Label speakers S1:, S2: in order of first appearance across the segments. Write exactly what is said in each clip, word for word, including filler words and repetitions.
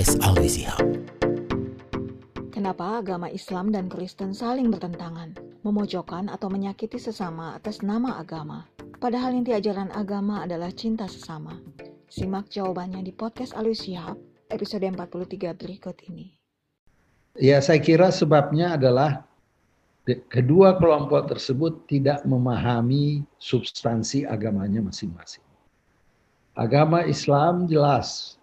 S1: Podcast Alwi Shihab.
S2: Kenapa agama Islam dan Kristen saling bertentangan, memojokkan atau menyakiti sesama atas nama agama? Padahal inti ajaran agama adalah cinta sesama. Simak jawabannya di Podcast Alwi Shihab, episode empat puluh tiga berikut ini.
S3: Ya, saya kira sebabnya adalah kedua kelompok tersebut tidak memahami substansi agamanya masing-masing. Agama Islam jelas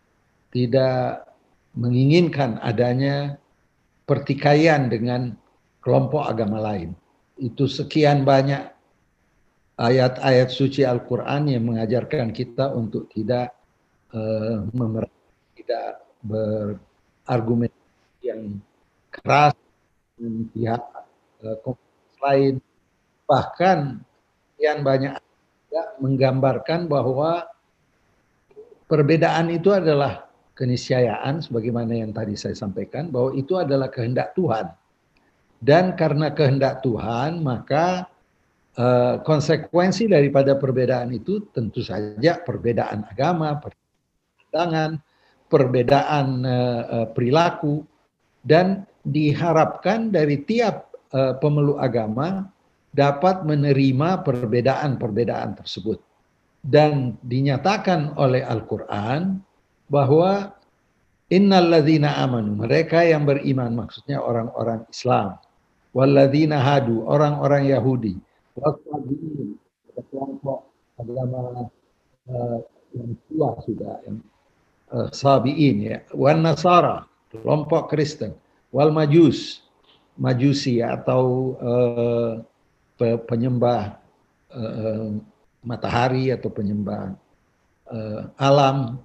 S3: tidak menginginkan adanya pertikaian dengan kelompok agama lain. Itu sekian banyak ayat-ayat suci Al-Quran yang mengajarkan kita untuk tidak uh, memer- tidak berargumen yang keras dengan pihak uh, komunitas lain. Bahkan yang banyak juga menggambarkan bahwa perbedaan itu adalah keniscayaan, sebagaimana yang tadi saya sampaikan, bahwa itu adalah kehendak Tuhan. Dan karena kehendak Tuhan, maka uh, konsekuensi daripada perbedaan itu tentu saja perbedaan agama, perbedaan, perbedaan uh, uh, perilaku, dan diharapkan dari tiap uh, pemeluk agama dapat menerima perbedaan-perbedaan tersebut. Dan dinyatakan oleh Al-Quran bahwa innalladzina amanu, mereka yang beriman, maksudnya orang-orang Islam, walladzina hadu, orang-orang Yahudi, wasabiin, kelompok agama uh, yang tua sudah, yang uh, sabiin ya, wan nasara, kelompok Kristen, wal majus, majusi atau uh, penyembah uh, matahari atau penyembah uh, alam,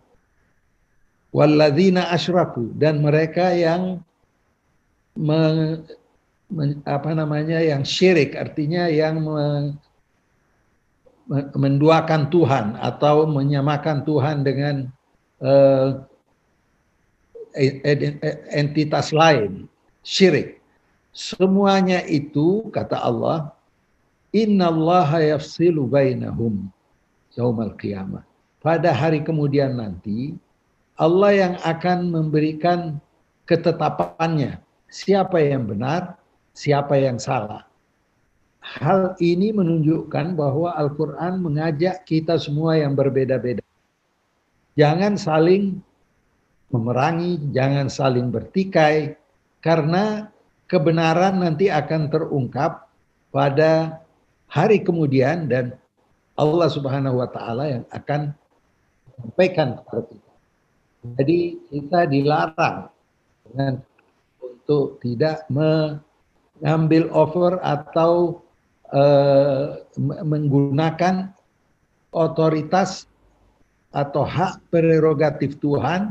S3: walladzina asyraku, dan mereka yang me, me, apa namanya yang syirik, artinya yang me, me, menduakan Tuhan atau menyamakan Tuhan dengan uh, entitas lain, syirik. Semuanya itu, kata Allah, innallaha yafsilu bainahum yaumal qiyamah. Pada hari kemudian nanti Allah yang akan memberikan ketetapannya, siapa yang benar, siapa yang salah. Hal ini menunjukkan bahwa Al-Quran mengajak kita semua yang berbeda-beda. Jangan saling memerangi, jangan saling bertikai, karena kebenaran nanti akan terungkap pada hari kemudian dan Allah Subhanahu wa taala yang akan sampaikan kepada kita. Jadi kita dilarang dengan untuk tidak mengambil over atau uh, menggunakan otoritas atau hak prerogatif Tuhan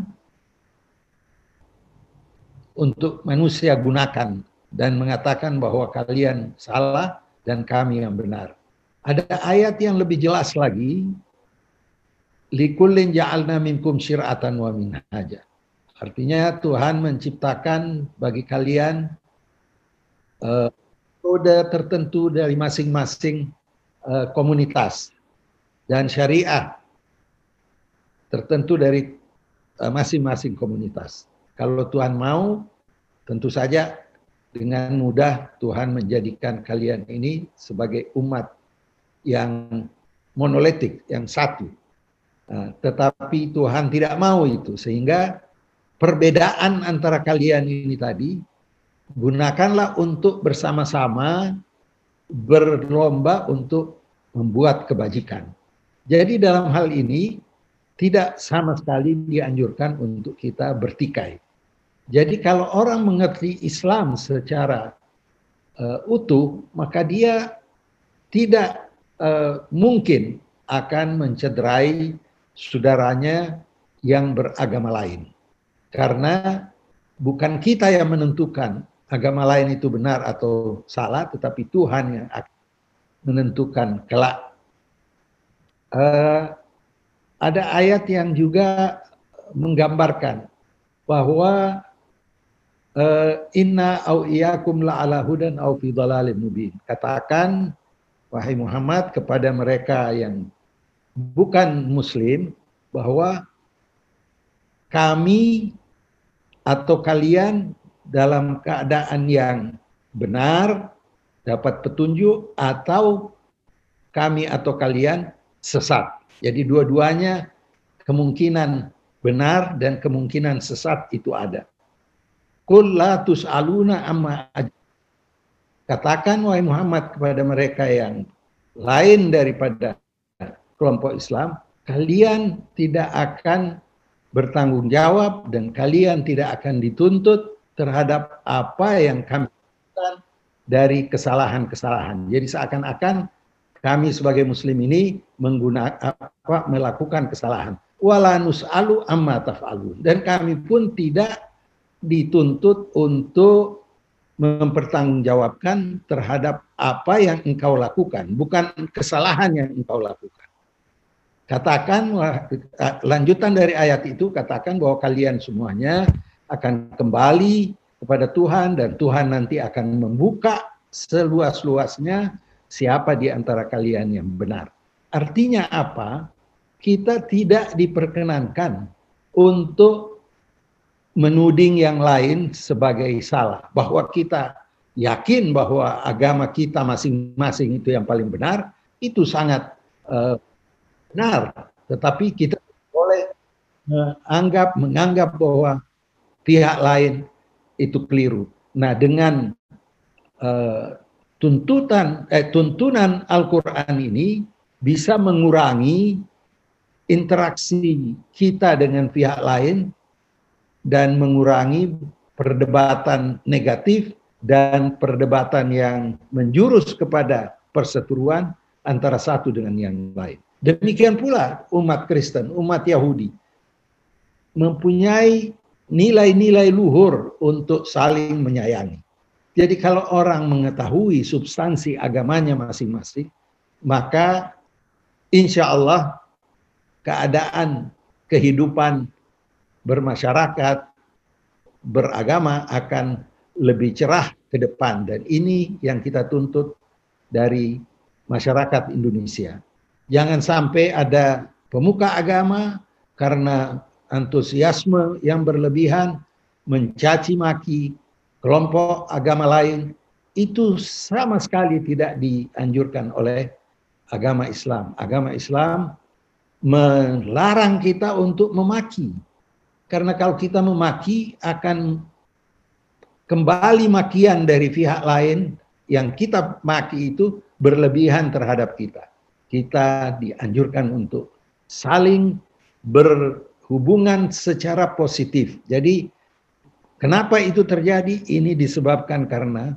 S3: untuk manusia gunakan dan mengatakan bahwa kalian salah dan kami yang benar. Ada ayat yang lebih jelas lagi, likullin ja'alna minkum syir'atan wa minhaja. Artinya Tuhan menciptakan bagi kalian uh, kode tertentu dari masing-masing uh, komunitas dan syariah tertentu dari uh, masing-masing komunitas. Kalau Tuhan mau, tentu saja dengan mudah Tuhan menjadikan kalian ini sebagai umat yang monolitik, yang satu. Nah, tetapi Tuhan tidak mau itu, sehingga perbedaan antara kalian ini tadi gunakanlah untuk bersama-sama berlomba untuk membuat kebajikan. Jadi dalam hal ini tidak sama sekali dianjurkan untuk kita bertikai. Jadi kalau orang mengerti Islam secara uh, utuh, maka dia tidak uh, mungkin akan mencederai saudaranya yang beragama lain. Karena bukan kita yang menentukan agama lain itu benar atau salah, tetapi Tuhan yang akan menentukan kelak. Uh, ada ayat yang juga menggambarkan bahwa Uh, inna au iyyakum la'ala hudan au fi dhalalin mubin. Katakan wahai Muhammad kepada mereka yang bukan muslim bahwa kami atau kalian dalam keadaan yang benar, dapat petunjuk, atau kami atau kalian sesat. Jadi dua-duanya kemungkinan benar dan kemungkinan sesat itu ada. Qul la tus'aluna amma aj-. Katakan wahai Muhammad kepada mereka yang lain daripada kelompok Islam, kalian tidak akan bertanggung jawab dan kalian tidak akan dituntut terhadap apa yang kami lakukan dari kesalahan-kesalahan. Jadi seakan-akan kami sebagai muslim ini menggunakan apa melakukan kesalahan. Wala nus'alu amma taf'alun. Dan kami pun tidak dituntut untuk mempertanggungjawabkan terhadap apa yang engkau lakukan, bukan kesalahan yang engkau lakukan. Katakan, lanjutan dari ayat itu, katakan bahwa kalian semuanya akan kembali kepada Tuhan dan Tuhan nanti akan membuka seluas-luasnya siapa di antara kalian yang benar. Artinya apa? Kita tidak diperkenankan untuk menuding yang lain sebagai salah. Bahwa kita yakin bahwa agama kita masing-masing itu yang paling benar, itu sangat uh, benar. Tetapi kita boleh menganggap, menganggap bahwa pihak lain itu keliru. Nah, dengan uh, tuntutan, eh, tuntunan Al-Quran ini bisa mengurangi interaksi kita dengan pihak lain dan mengurangi perdebatan negatif dan perdebatan yang menjurus kepada perseteruan antara satu dengan yang lain. Demikian pula umat Kristen, umat Yahudi mempunyai nilai-nilai luhur untuk saling menyayangi. Jadi kalau orang mengetahui substansi agamanya masing-masing, maka insya Allah keadaan kehidupan bermasyarakat, beragama akan lebih cerah ke depan. Dan ini yang kita tuntut dari masyarakat Indonesia. Jangan sampai ada pemuka agama karena antusiasme yang berlebihan mencaci maki kelompok agama lain. Itu sama sekali tidak dianjurkan oleh agama Islam. Agama Islam melarang kita untuk memaki. Karena kalau kita memaki akan kembali makian dari pihak lain yang kita maki itu berlebihan terhadap kita. Kita dianjurkan untuk saling berhubungan secara positif. Jadi kenapa itu terjadi? Ini disebabkan karena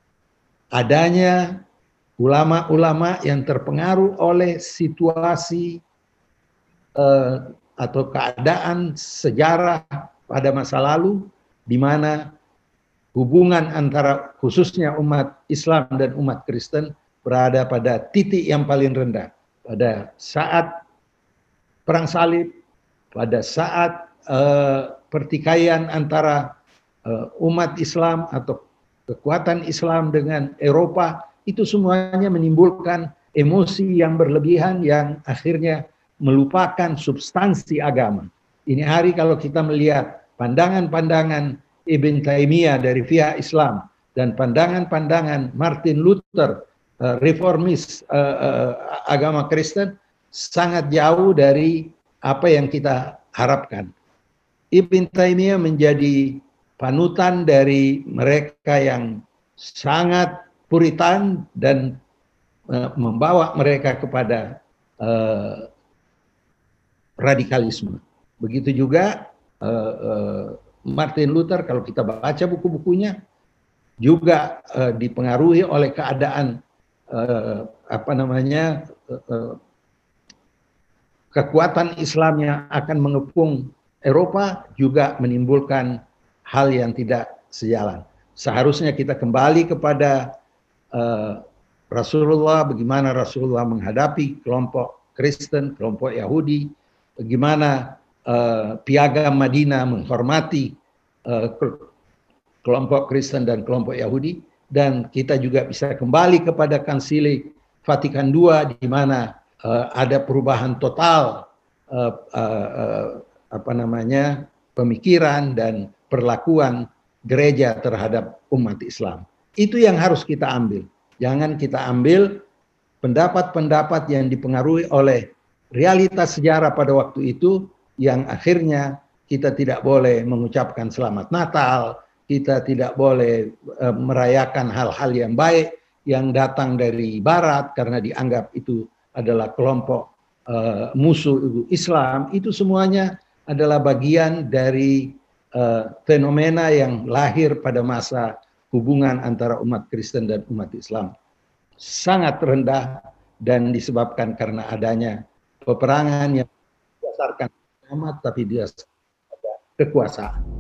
S3: adanya ulama-ulama yang terpengaruh oleh situasi eh, atau keadaan sejarah pada masa lalu, di mana hubungan antara khususnya umat Islam dan umat Kristen berada pada titik yang paling rendah. Pada saat Perang Salib, pada saat uh, pertikaian antara uh, umat Islam atau kekuatan Islam dengan Eropa, itu semuanya menimbulkan emosi yang berlebihan yang akhirnya melupakan substansi agama. Ini hari kalau kita melihat pandangan-pandangan Ibn Taimiyah dari pihak Islam dan pandangan-pandangan Martin Luther, uh, reformis uh, uh, agama Kristen, sangat jauh dari apa yang kita harapkan. Ibn Taimiyah menjadi panutan dari mereka yang sangat puritan dan uh, membawa mereka kepada uh, radikalisme. Begitu juga uh, uh, Martin Luther, kalau kita baca buku-bukunya, juga uh, dipengaruhi oleh keadaan uh, apa namanya uh, kekuatan Islam yang akan mengepung Eropa, juga menimbulkan hal yang tidak sejalan. Seharusnya kita kembali kepada uh, Rasulullah, bagaimana Rasulullah menghadapi kelompok Kristen, kelompok Yahudi, bagaimana uh, piagam Madinah menghormati uh, kelompok Kristen dan kelompok Yahudi, dan kita juga bisa kembali kepada Konsili Vatikan kedua, di mana uh, ada perubahan total uh, uh, uh, apa namanya pemikiran dan perlakuan gereja terhadap umat Islam. Itu yang harus kita ambil. Jangan kita ambil pendapat-pendapat yang dipengaruhi oleh realitas sejarah pada waktu itu, yang akhirnya kita tidak boleh mengucapkan selamat Natal, kita tidak boleh uh, merayakan hal-hal yang baik yang datang dari Barat karena dianggap itu adalah kelompok uh, musuh Islam. Itu semuanya adalah bagian dari uh, fenomena yang lahir pada masa hubungan antara umat Kristen dan umat Islam. Sangat rendah dan disebabkan karena adanya peperangan yang berdasarkan agama tapi dia kekuasaan.